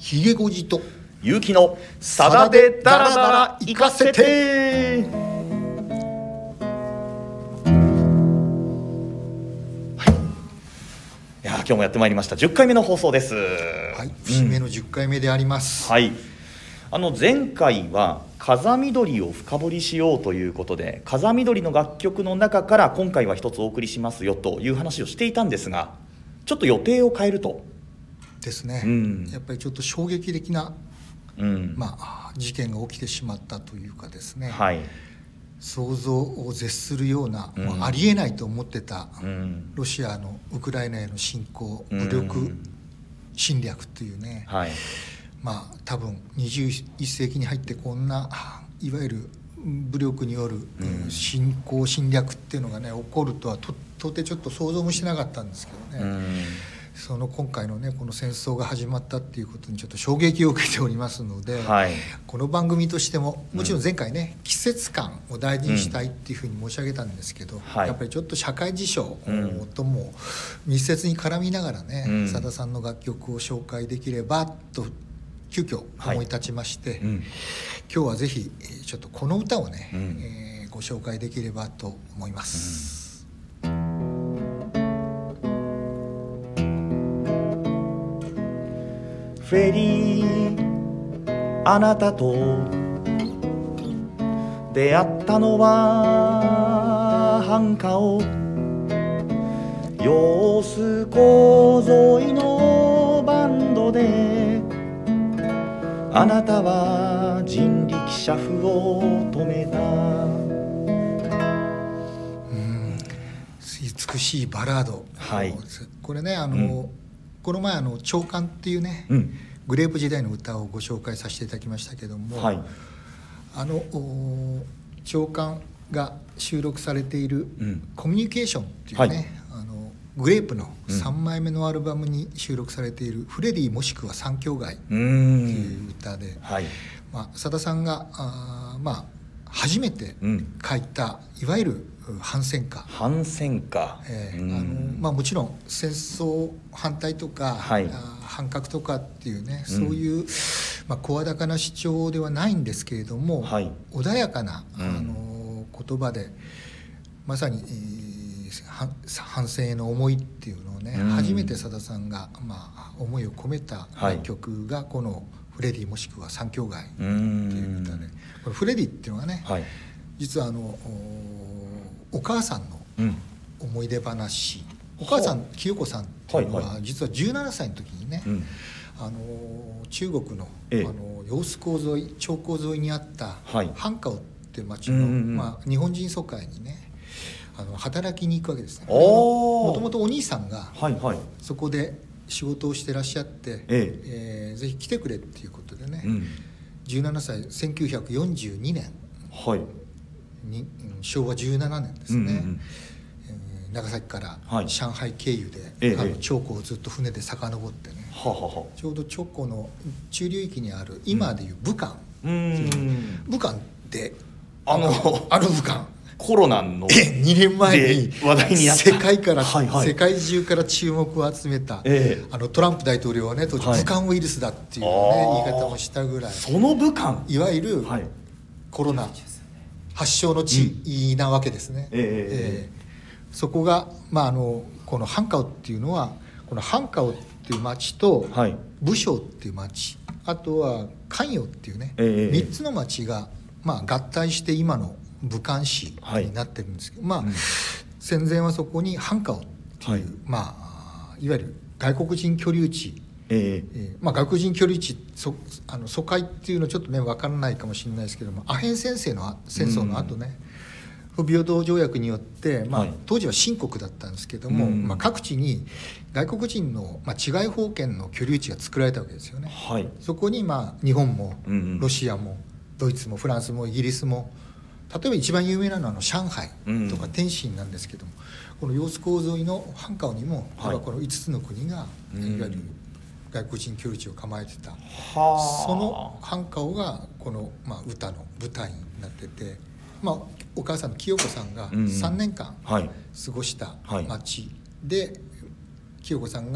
ひげごじとゆうきのさだでダラダラ行かせて。いや今日もやってまいりました10回目の放送です。 はい、節目の10回目であります。 はい、前回は風見鶏を深掘りしようということで、風見鶏の楽曲の中から今回は一つお送りしますよという話をしていたんですが、ちょっと予定を変えるとですね、やっぱりちょっと衝撃的な、事件が起きてしまったというかですね、 はい、 想像を絶するような、ありえないと思ってた、ロシアのウクライナへの侵攻、武力侵略というね、 はい、 多分21世紀に入ってこんないわゆる武力による侵攻侵略っていうのがね起こるとは到底ちょっと想像もしなかったんですけどね、その今回のねこの戦争が始まったっていうことにちょっと衝撃を受けておりますので、この番組としてももちろん前回ね、季節感を大事にしたいっていうふうに申し上げたんですけど、やっぱりちょっと社会事象とも密接に絡みながらね、さださんの楽曲を紹介できればと急遽思い立ちまして、今日はぜひちょっとこの歌をね、ご紹介できればと思います。 フレディ、あなたと出会ったのは繁華を揚子江沿いのバンドで、あなたは人力車夫を止めた。 美しいバラード、これねこの前長官っていうね、グレープ時代の歌をご紹介させていただきましたけども、長官が収録されているコミュニケーションっていうね、グレープの3枚目のアルバムに収録されているフレディもしくは三兄弟っていう歌で、さださんが初めて書いたいわゆる反戦歌、もちろん戦争反対とか、反核とかっていうね、そういう声高な主張ではないんですけれども、穏やかな、言葉でまさに、反戦への思いっていうのをね、初めてさださんが、思いを込めた曲がこのフレディもしくは三兄弟っていう歌で、これフレディっていうのがね、実はお母さんの思い出話、お母さん清子さんっていうのは実は17歳の時にね、中国の揚子江沿い、長江沿いにあった繁華っていう町の、日本人疎開にね働きに行くわけですね。もともとお兄さんがそこで仕事をしてらっしゃって、ぜひ来てくれっていうことでね、17歳1942年に、昭和17年ですね、長崎から上海経由で、長江をずっと船で遡ってね、ちょうど長江の中流域にある今でいう武漢、武漢って武漢コロナの 2年前に話題になった世界中から注目を集めた、トランプ大統領はね当時、武漢ウイルスだっていう、言い方もしたぐらい、 その武漢いわゆるコロナ発祥の地なわけですね。そこが、この繁華っていうのは、この繁華っていう町と武昌っていう町、あとは咸陽っていうね、3つの町が、合体して今の武漢市になってるんですけど、戦前はそこに繁華っていう、いわゆる外国人居留地、外国人居留地疎開っていうのちょっとね分からないかもしれないですけども、アヘン戦争の後ね、不平等条約によって、当時は清国だったんですけども、各地に外国人の、治外法権の居留地が作られたわけですよね。そこに、日本もロシアもドイツもフランスもイギリスも、例えば一番有名なのは上海とか天津なんですけども、この揚子江沿いの繁華にも、この5つの国が、いわゆる外国人居留地を構えてた、その繁華がこの、歌の舞台になってて、お母さんの清子さんが3年間過ごした町で、清子さんが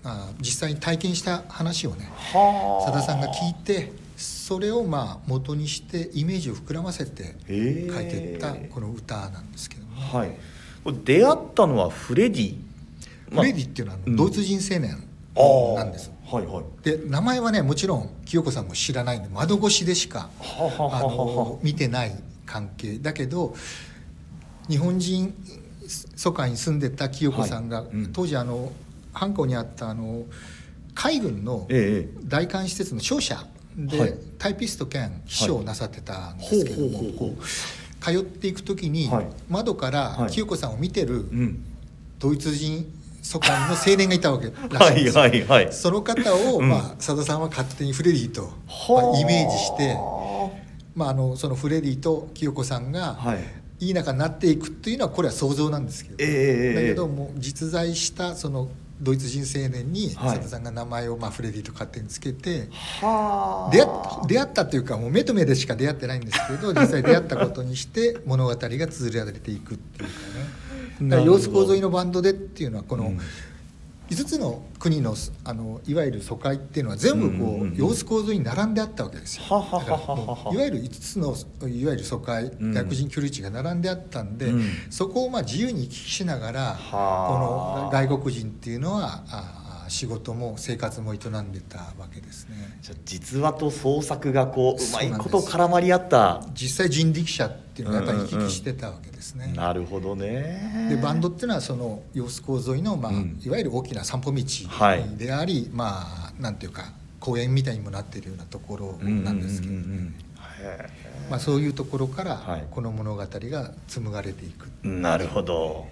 実際に体験した話をねさださんが聞いて、それを元にしてイメージを膨らませて書いていったこの歌なんですけども、 はい、これ出会ったのはフレディ、 フレディっていうのはドイツ人青年なんです、 はいはい、 で名前はねもちろん清子さんも知らないんで窓越しでしか見てない関係だけど、日本人疎開に住んでた清子さんが、当時藩校にあった海軍の大監施設の商社で、タイピスト兼秘書をなさってたんですけども、通っていく時に、窓から清子さんを見てるドイツ人疎開の青年がいたわけらしいんですよ。その方をさださんは勝手にフレディとイメージして、そのフレディと清子さんがいい仲になっていくっていうのはこれは想像なんですけど、だけども実在したそのドイツ人青年にさださんが名前をフレディと勝手につけて、出会ったというかもう目と目でしか出会ってないんですけど、実際出会ったことにして物語が綴られていくっていうかね。だから揚子江沿いのバンドでっていうのはこの5つの国のいわゆる疎開っていうのは全部揚子江沿いに並んであったわけですよ。だからいわゆる5つのいわゆる疎開外国人居留地が並んであったんで、そこを自由に行き来しながらこの外国人っていうのは仕事も生活も営んでたわけですね。 じゃあ実話と創作がうまいこと絡まり合った、 実際人力車っていうのはやっぱり行き来してたわけですね。 なるほどね。 でバンドっていうのはその揚子江沿いの、いわゆる大きな散歩道であり、なんていうか公園みたいにもなっているようなところなんですけどね。そういうところからこの物語が紡がれていく。 なるほど。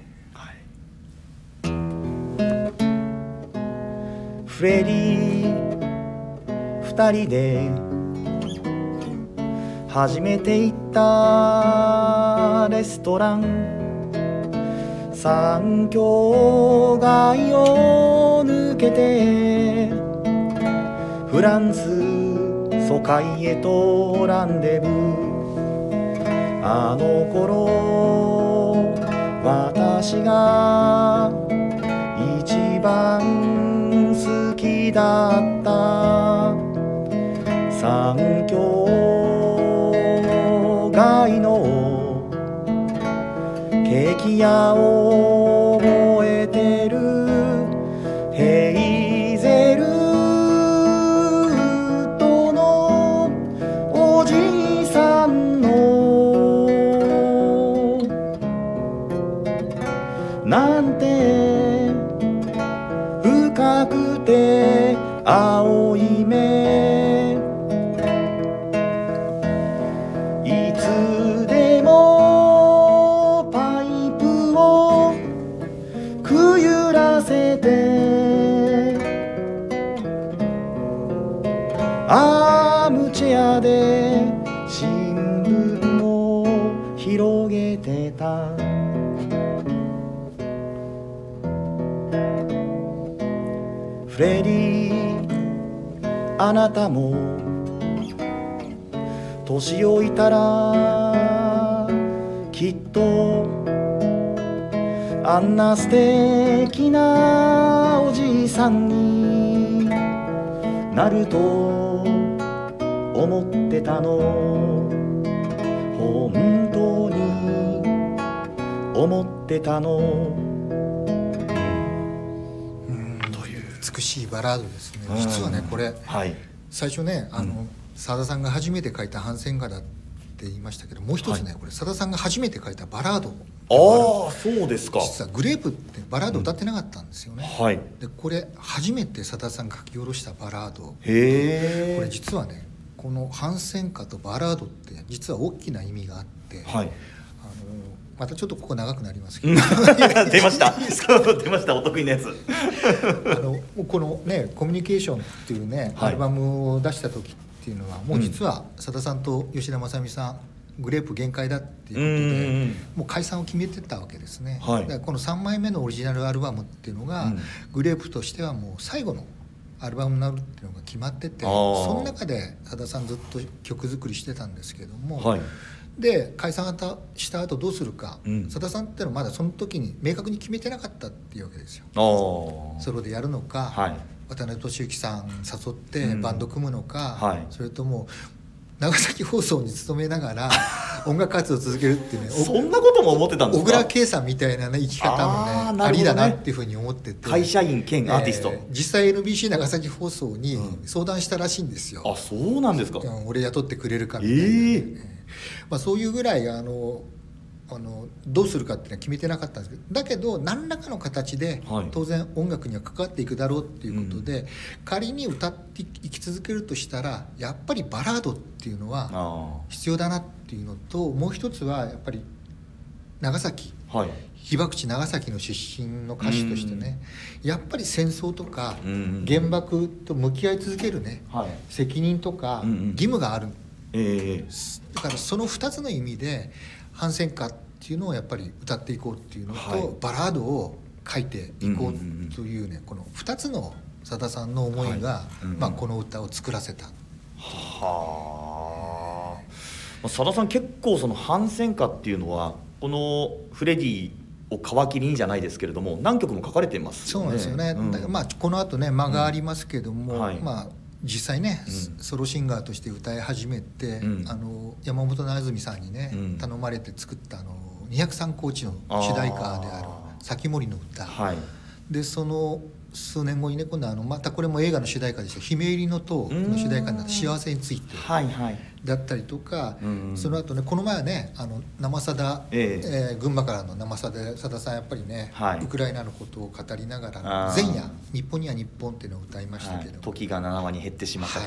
フレディ二人で初めて行ったレストラン、三峡街を抜けてフランス疎開へとランデブー。あの頃私が一番好きだった三峡街のケーキ屋を覚えてる。ヘイゼルとのおじさんのなんて深くて青い目、いつでもパイプをくゆらせてアームチェアで新聞を広げてた。フレディ、あなたも年老いたらきっとあんな素敵なおじいさんになると思ってたの。本当に思ってたの。 美しいバラードですね。実はねこれ、最初ねさださんが初めて書いた反戦歌だって言いましたけど、もう一つねこれさださんが初めて書いたバラード。 そうですか。 実はグレープってバラード歌ってなかったんですよね。でこれ初めてさださんが書き下ろしたバラード。これ実はねこの反戦歌とバラードって実は大きな意味があって、またちょっとここ長くなりますけど出ました出ました、お得意なやつこのねコミュニケーションっていうね、アルバムを出した時っていうのはもう実はさださんと吉田正美さんグレープ限界だっていうことでもう解散を決めてたわけですね。だからこの3枚目のオリジナルアルバムっていうのが、グレープとしてはもう最後のアルバムになるっていうのが決まってて、その中でさださんずっと曲作りしてたんですけども、 で解散した後どうするか、さださんってのはまだその時に明確に決めてなかったっていうわけですよ。ソロでやるのか、渡辺俊之さん誘ってバンド組むのか、それとも長崎放送に勤めながら音楽活動を続けるっていうねそんなことも思ってたんですか。 小倉圭さんみたいな、ね、生き方もねありだなっていうふうに思ってて、 会社員兼アーティスト、 実際 NBC 長崎放送に相談したらしいんですよ。 そうなんですか。 俺雇ってくれるかみたいな、ねそういうぐらいどうするかっていうのは決めてなかったんですけど、だけど何らかの形で当然音楽には関わっていくだろうっていうことで、仮に歌っていき続けるとしたらやっぱりバラードっていうのは必要だなっていうのと、もう一つはやっぱり長崎、被爆地長崎の出身の歌手としてね、やっぱり戦争とか原爆と向き合い続けるね、責任とか義務がある、だからその2つの意味で反戦歌っていうのをやっぱり歌っていこうっていうのと、バラードを書いていこうというね、この2つのさださんの思いが、この歌を作らせた。 さださん結構その反戦歌っていうのはこのフレディを皮切りにじゃないですけれども何曲も書かれていますよね。 そうなんですよね、だからこの後ね間がありますけども、実際ね、ソロシンガーとして歌い始めて、山本直純さんにね、頼まれて作った203高地の主題歌である「咲森の歌」で、その数年後にね今度はまたこれも映画の主題歌でした「姫入りの塔」の主題歌になって「幸せについて」だったりとか、その後ねこの前はね生さだ、群馬からの生さだでさださんやっぱりね、ウクライナのことを語りながら「前夜日本には日本」っていうのを歌いましたけど、 時が7話に減ってしまった、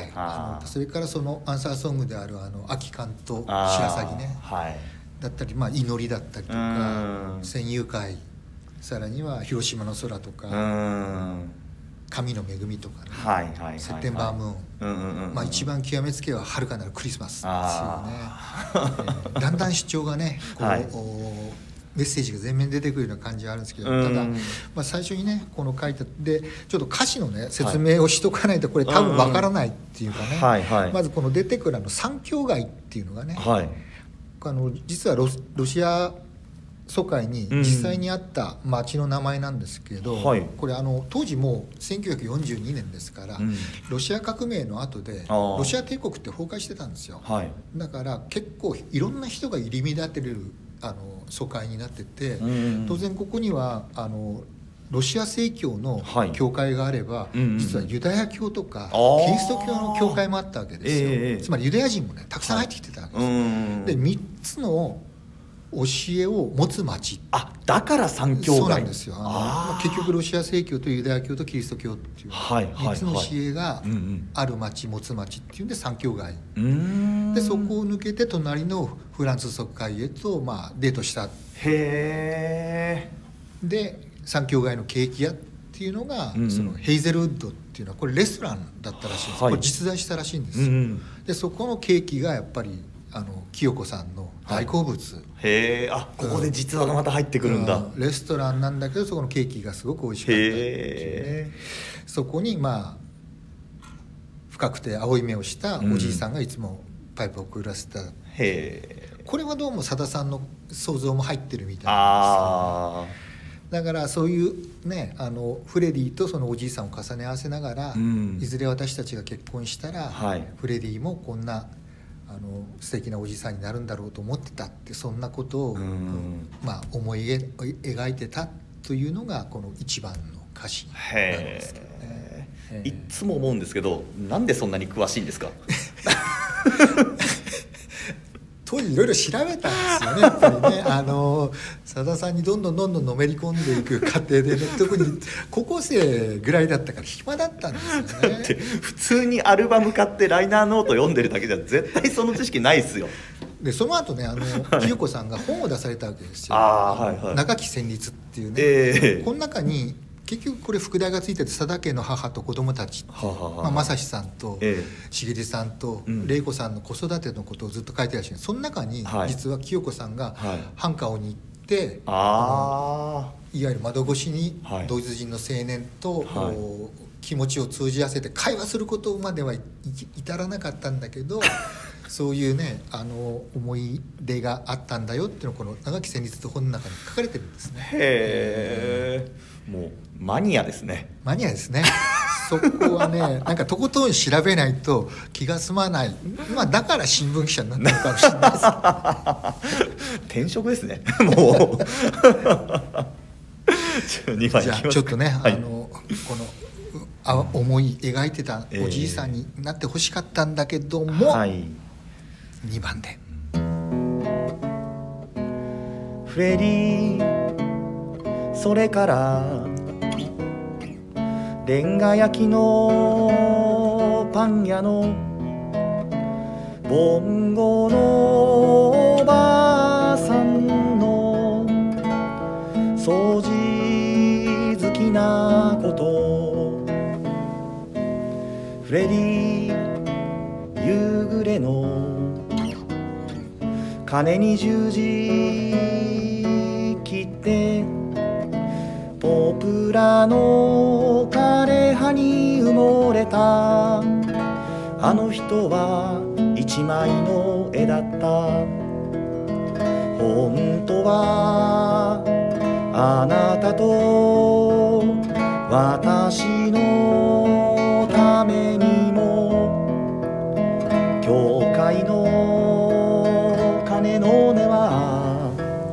それからそのアンサーソングである空き缶と白鷺ね、だったり、祈りだったりとか戦友会、さらには広島の空とか神の恵みとかね、セプテンバームーン、一番極めつけは遥かなるクリスマスっていうね、だんだん主張がねこう、メッセージが前面に出てくるような感じはあるんですけど、ただ、最初にねこの書いたでちょっと歌詞のね説明をしとかないとこれ多分わからないっていうかね、まずこの出てくる三境街っていうのがね、実はロシア疎開に実際にあった町の名前なんですけど、これ当時もう1942年ですから、ロシア革命の後でロシア帝国って崩壊してたんですよ、だから結構いろんな人が入り乱ってる疎開になってて、当然ここにはロシア正教の教会があれば、実はユダヤ教とかキリスト教の教会もあったわけですよ、つまりユダヤ人もねたくさん入ってきてたわけです、で3つの教えを持つ町、 だから三教会、 そうなんですよ、結局ロシア正教とユダヤ教とキリスト教っていう3つの教えがある町、持つ町っていうんで三教会で、そこを抜けて隣のフランス疎開へとデートした。で三教街のケーキ屋っていうのが、そのヘイゼルウッドっていうのはこれレストランだったらしいんです、これ実在したらしいんですよ、でそこのケーキがやっぱり清子さんの大好物、 ここで実話がまた入ってくるんだ、 レストランなんだけどそこのケーキがすごく美味しかったっていうね、そこに深くて青い目をしたおじいさんがいつもパイプを送らせた、これはどうもさださんの想像も入ってるみたいなんですよね。だからそういうねフレディとそのおじいさんを重ね合わせながら、いずれ私たちが結婚したら、フレディもこんな素敵なおじさんになるんだろうと思ってたって、そんなことを、思い描いてたというのがこの一番の歌詞なんですけどね。 いつも思うんですけど、なんでそんなに詳しいんですか？ 当時いろいろ調べたんですよね、やっぱりねさださんにどんどんのめり込んでいく過程でね、特に高校生ぐらいだったから暇だったんですよね。だって普通にアルバム買ってライナーノート読んでるだけじゃ絶対その知識ないっすよ。 でその後ね清子さんが本を出されたわけですよ、中木旋律っていうね、この中に結局これ副題がついてて、佐田家の母と子供たち、正志さんと重出さんと玲子さんの子育てのことをずっと書いてらっしゃる。その中に実は清子さんが繁華に行って、いわゆる窓越しにドイツ人の青年と気持ちを通じ合わせて会話することまでは至らなかったんだけどそういうね思い出があったんだよっていうのをこの長木旋律と本の中に書かれてるんですね。 へえ、もうマニアですね。 マニアですね。そこはねなんかとことん調べないと気が済まない、だから新聞記者になったのかもしれないです。 転職ですねもう2番いきますか。 じゃあちょっとね、はい、この思い描いてたおじいさんになってほしかったんだけども、はい、2番でフレディそれからレンガ焼きのパン屋のボンゴのおばあさんの掃除好きなことフレディ夕暮れの鐘に十字切ってポプラの枯葉に埋もれたあの人は一枚の絵だった本当はあなたと私のためにも教会の鐘の音は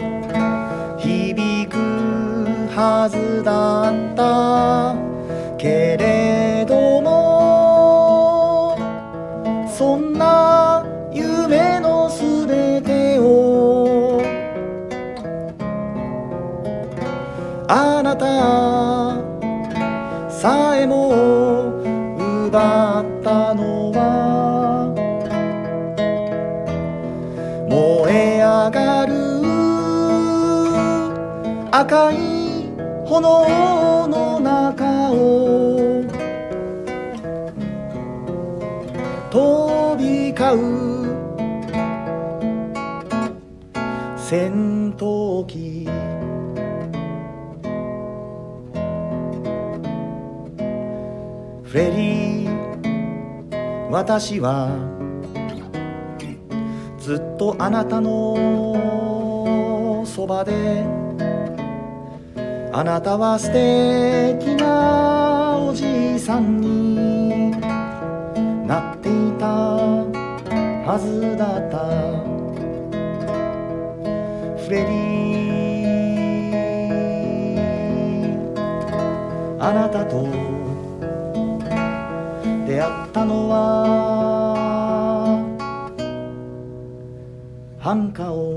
響くはずだったけれどもそんな夢のすべてをあなたさえも奪ったのは燃え上がる赤い炎の中を飛び交う戦闘機フレディ私はずっとあなたのそばであなたは素敵なおじいさんになっていたはずだったフレディあなたと出会ったのは繁華を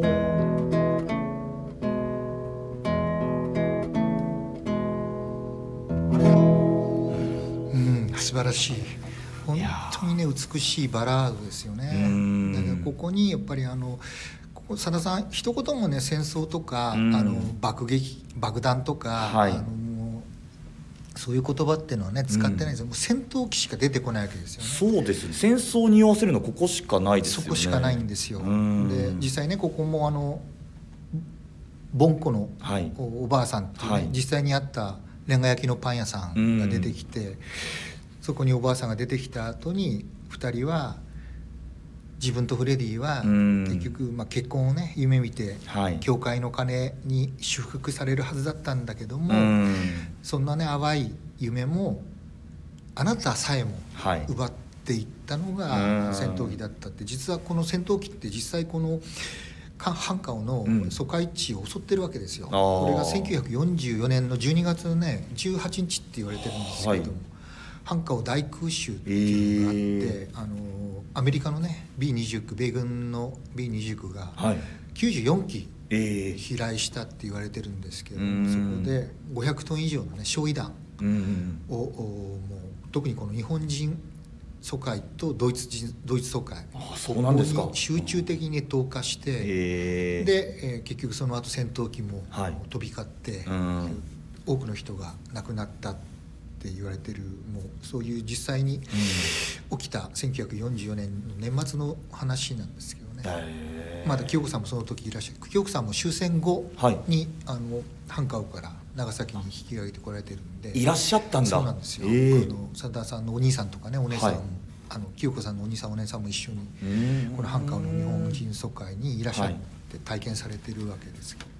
素晴らしい本当にね美しいバラードですよね。だからここにやっぱりここ佐田さん一言もね戦争とか爆弾とか、はい、そういう言葉っていうのはね使ってないんですよ。もう戦闘機しか出てこないわけですよね。 そうですね。戦争に合わせるのここしかないですよね。 そこしかないんですよ。で実際ねここもボンコのおばあさんっていうね、はい、実際にあったレンガ焼きのパン屋さんが出てきて、そこにおばあさんが出てきた後に2人は自分とフレディは結局、結婚をね夢見て、はい、教会の鐘に祝福されるはずだったんだけども、そんなね淡い夢もあなたさえも奪っていったのが戦闘機だったって、実はこの戦闘機って実際この繁華の疎開地を襲ってるわけですよ。これが1944年の12月のね18日って言われてるんですけども、繁華を大空襲っていうのがあって、アメリカのね B29 米軍の B29 が94機飛来したって言われてるんですけども、そこで500トン以上のね焼夷弾をもう特にこの日本人疎開とドイツ疎開、 そうなんですか、 集中的に投下して、で、結局その後戦闘機も飛び交って、多くの人が亡くなったって言われてる、もうそういう実際に起きた1944年の年末の話なんですけどね。まだ清子さんもその時いらっしゃる。清子さんも終戦後に、繁華から長崎に引き上げてこられてるんで。 いらっしゃったんだ。 そうなんですよ。佐田さんのお兄さんとかねお姉さん、 清子さんのお兄さんお姉さんも一緒にこの繁華の日本人疎開にいらっしゃって体験されてるわけですけど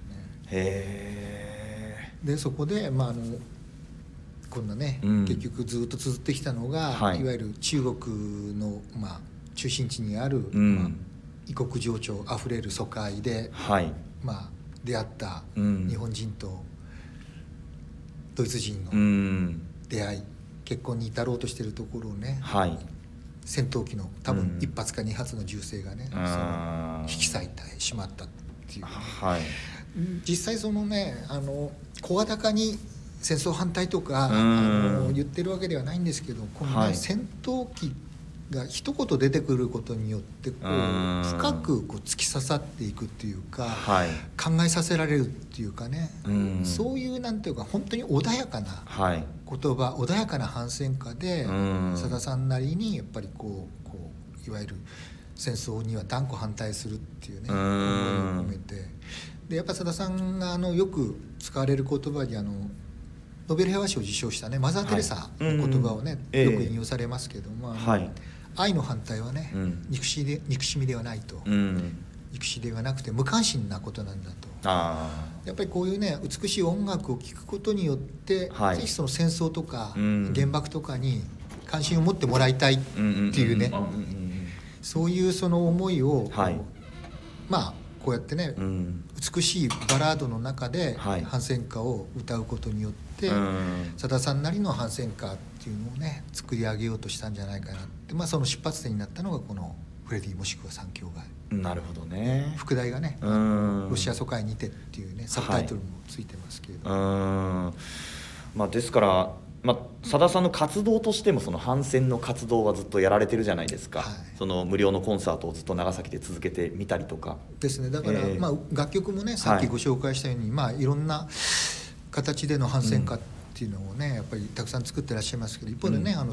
ね。でそこで、こんなね、結局ずっと続ってきたのが、いわゆる中国の、中心地にある、異国情緒あふれる疎開で、出会った日本人とドイツ人の出会い、結婚に至ろうとしているところをね、戦闘機の多分1発か2発の銃声がね、その引き裂いてしまったっていう、実際そのね声高に戦争反対とか言ってるわけではないんですけど、この、戦闘機が一言出てくることによって深く突き刺さっていくっていうか、考えさせられるっていうかね、そういうなんていうか本当に穏やかな言葉、穏やかな反戦歌で、さださんなりにやっぱりいわゆる戦争には断固反対するっていうね思いを込めて、でやっぱさださんがよく使われる言葉にノーベル平和賞を受賞したねマザー・テレサの言葉をね、よく引用されますけども、愛の反対はね、憎しみではないと、憎しみではなくて無関心なことなんだと。やっぱりこういうね美しい音楽を聴くことによって、ぜひその戦争とか、原爆とかに関心を持ってもらいたいっていうね、そういうその思いを、こうやってね、美しいバラードの中で反戦歌を歌うことによって、さださんなりの反戦歌っていうのをね作り上げようとしたんじゃないかなって、その出発点になったのがこのフレディもしくは三兄弟。 なるほどね。 副題がねロシア疎開にてっていうねサブタイトルもついてますけれど、 ですからさださんの活動としてもその反戦の活動はずっとやられてるじゃないですか、その無料のコンサートをずっと長崎で続けてみたりとかですね。だから、楽曲もねさっきご紹介したように、いろんな形での反戦歌っていうのをねやっぱりたくさん作ってらっしゃいますけど、一方でね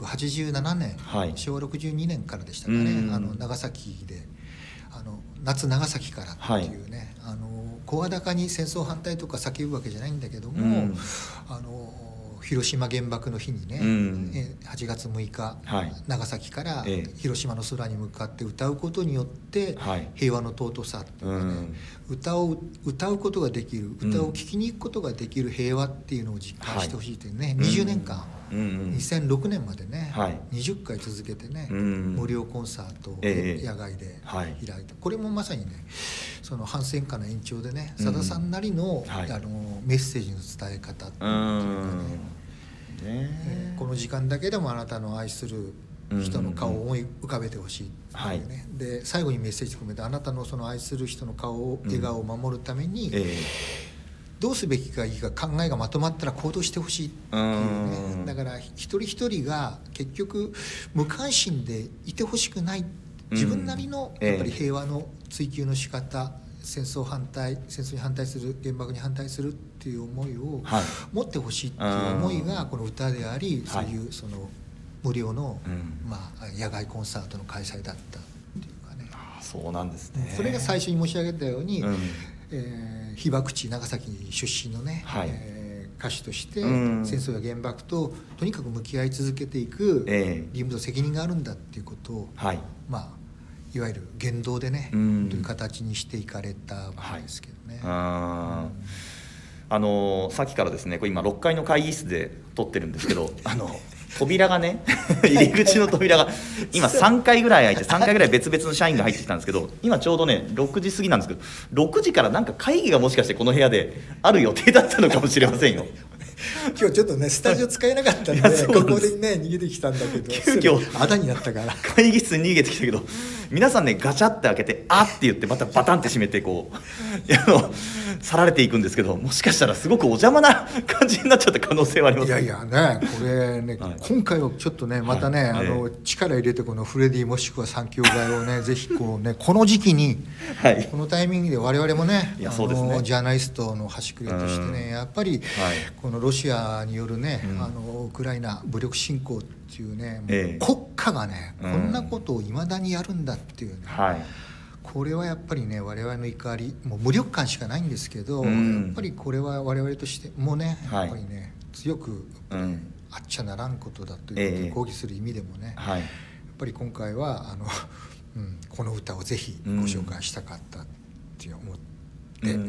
1987年、昭和62年からでしたかね、長崎で夏長崎からっていうね、声高に戦争反対とか叫ぶわけじゃないんだけども、広島原爆の日にね、8月6日、長崎から広島の空に向かって歌うことによって、平和の尊さっていうかね、歌うことができる、歌を聴きに行くことができる平和っていうのを実感してほしいというね、20年間、2006年までね、20回続けてね、無料コンサートを野外で開いた、これもまさにねその反戦歌の延長でね、さださんなりの、メッセージの伝え方っていうかね、この時間だけでもあなたの愛する人の顔を思い浮かべてほしいっていうね、で最後にメッセージ込めて、あなたのその愛する人の顔を、笑顔を守るために、どうすべきかいいか考えがまとまったら行動してほしいっていうね、だから一人一人が結局無関心でいてほしくない、自分なりのやっぱり平和の追求の仕方、戦争に反対する、原爆に反対するっていう思いを持ってほしいっていう思いがこの歌であり、そういうその無料の、野外コンサートの開催だったっていうかね。 そうなんですね。 それが最初に申し上げたように、被爆地長崎出身のね、歌手として戦争や原爆ととにかく向き合い続けていく義務と責任があるんだっていうことを、いわゆる言動でね、という形にしていかれたわけですけどね。 さっきからですね、これ今6階の会議室で撮ってるんですけど、扉がね入り口の扉が今3回ぐらい開いて、3回ぐらい別々の社員が入ってきたんですけど、今ちょうどね6時過ぎなんですけど、6時からなんか会議がもしかしてこの部屋である予定だったのかもしれませんよ。 今日ちょっとねスタジオ使えなかったんで、ここでね逃げてきたんだけど、 急遽あだになったから会議室に逃げてきたけど、皆さんねガチャって開けてあって言ってまたバタンって閉めてこう去られていくんですけど、もしかしたらすごくお邪魔な感じになっちゃった可能性はあります。 いやいやね、これね、今回はちょっとねまたね、力入れてこのフレディもしくは三兄弟をねぜひこうねこの時期に、このタイミングで我々もね、ジャーナリストの端くれとしてね、やっぱりこのロシアによるね、ウクライナ武力侵攻っていうね、国家がねこんなことをいまだにやるんだっていうね、これはやっぱりね我々の怒り、もう無力感しかないんですけど、やっぱりこれは我々としてもねやっぱりね強くあっちゃならんことだということを抗議する意味でもね、やっぱり今回はこの歌をぜひご紹介したかったって思って、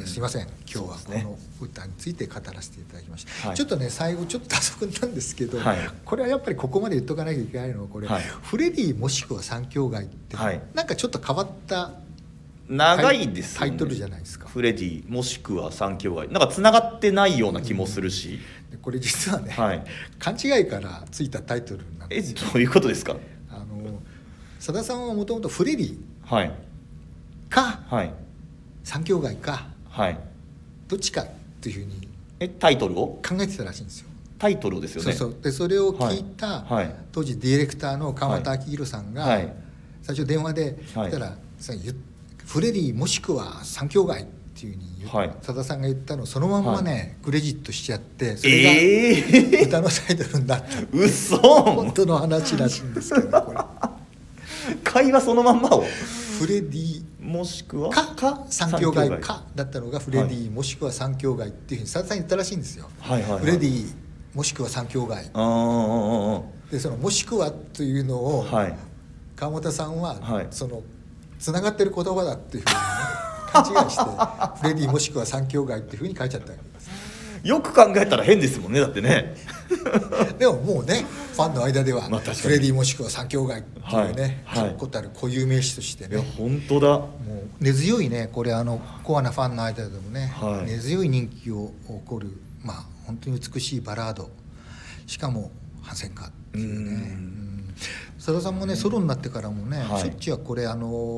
すいません今日はこの歌について語らせていただきました、ちょっとね最後ちょっと打足なんですけど、これはやっぱりここまで言っとかなきゃいけないのはこれ、フレディもしくは三兄弟って、なんかちょっと変わった長いですタイトルじゃないですか。 フレディもしくは三兄弟なんかつながってないような気もするし、 これ実はね、勘違いからついたタイトルなんですよ。 どういうことですか？ さださんはもともとフレディか、三兄弟か、どっちかっていうふうにタイトルを考えてたらしいんですよ。 タイトルをですよね。 でそれを聞いた、当時ディレクターの川端明宏さんが、最初電話で言ったら、フレディもしくは三兄弟っていうふうにさださんが言ったのをそのまんまね、クレジットしちゃって、それが歌のタイトルになった、 嘘本当の話らしいんですけど、これ会話そのまんまをフレディもしくはか三兄弟かだったのがフレディもしくは三兄弟っていうふうにさださん言ったらしいんですよ。フレディもしくは三兄弟で、そのもしくはというのを川本さんはそのつながってる言葉だっていうふうにね勘違いしてフレディもしくは三兄弟っていうふうに書いちゃったわけです。 よく考えたら変ですもんね、だってねでももうねファンの間ではフレディもしくは三兄弟っていうね、確固たる固有名詞としてね、 本当だ、 もう根強いね、これコアなファンの間でもね、根強い人気を誇る本当に美しいバラード、しかも反戦歌っていうね。さださんもねソロになってからもね、しょっちゅうこれ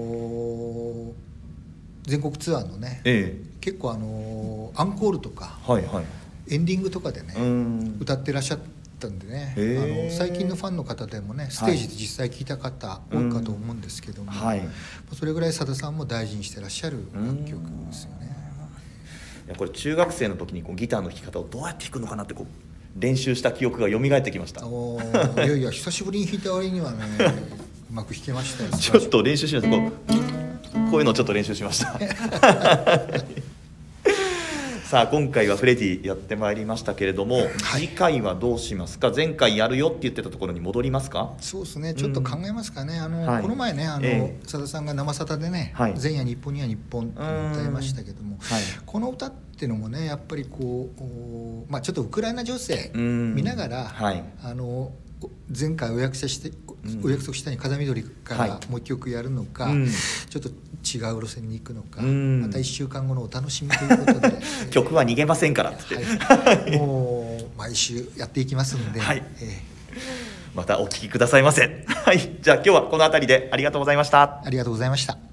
全国ツアーのね、結構アンコールとか、エンディングとかでね歌ってらっしゃったんでね、最近のファンの方でもねステージで実際聴いた方多いかと思うんですけども、それぐらいさださんも大事にしてらっしゃる楽曲ですよね。 これ中学生の時にギターの弾き方をどうやって弾くのかなって練習した記憶が蘇ってきました。 いやいや久しぶりに弾いた割にはねうまく弾けましたよ。 ちょっと練習しました。こういうのをちょっと練習しましたさあ今回はフレディやってまいりましたけれども、次回はどうしますか？前回やるよって言ってたところに戻りますか？ そうですね、ちょっと考えますかね。この前ねさださんが生さだでね「前夜日本には日本」って歌いましたけども、この歌っていうのもねやっぱりちょっとウクライナ情勢見ながら、前回お約束したように風見鶏からもう一曲やるのか、ちょっと違う路線に行くのか、また1週間後のお楽しみということで曲は逃げませんからって、 もう毎週やっていきますので、 またお聞きくださいませじゃあ今日はこの辺りでありがとうございました。 ありがとうございました。